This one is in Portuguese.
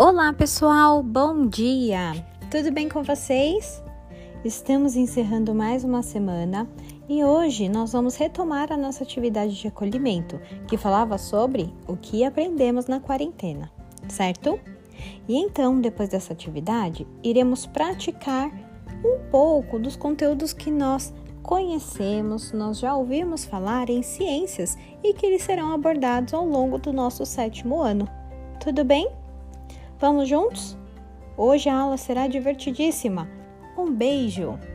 Olá pessoal, bom dia! Tudo bem com vocês? Estamos encerrando mais uma semana e hoje nós vamos retomar a nossa atividade de acolhimento, que falava sobre o que aprendemos na quarentena, certo? E então, depois dessa atividade, iremos praticar um pouco dos conteúdos que nós conhecemos, nós já ouvimos falar em ciências e que eles serão abordados ao longo do nosso 7º ano. Tudo bem? Vamos juntos? Hoje a aula será divertidíssima. Um beijo!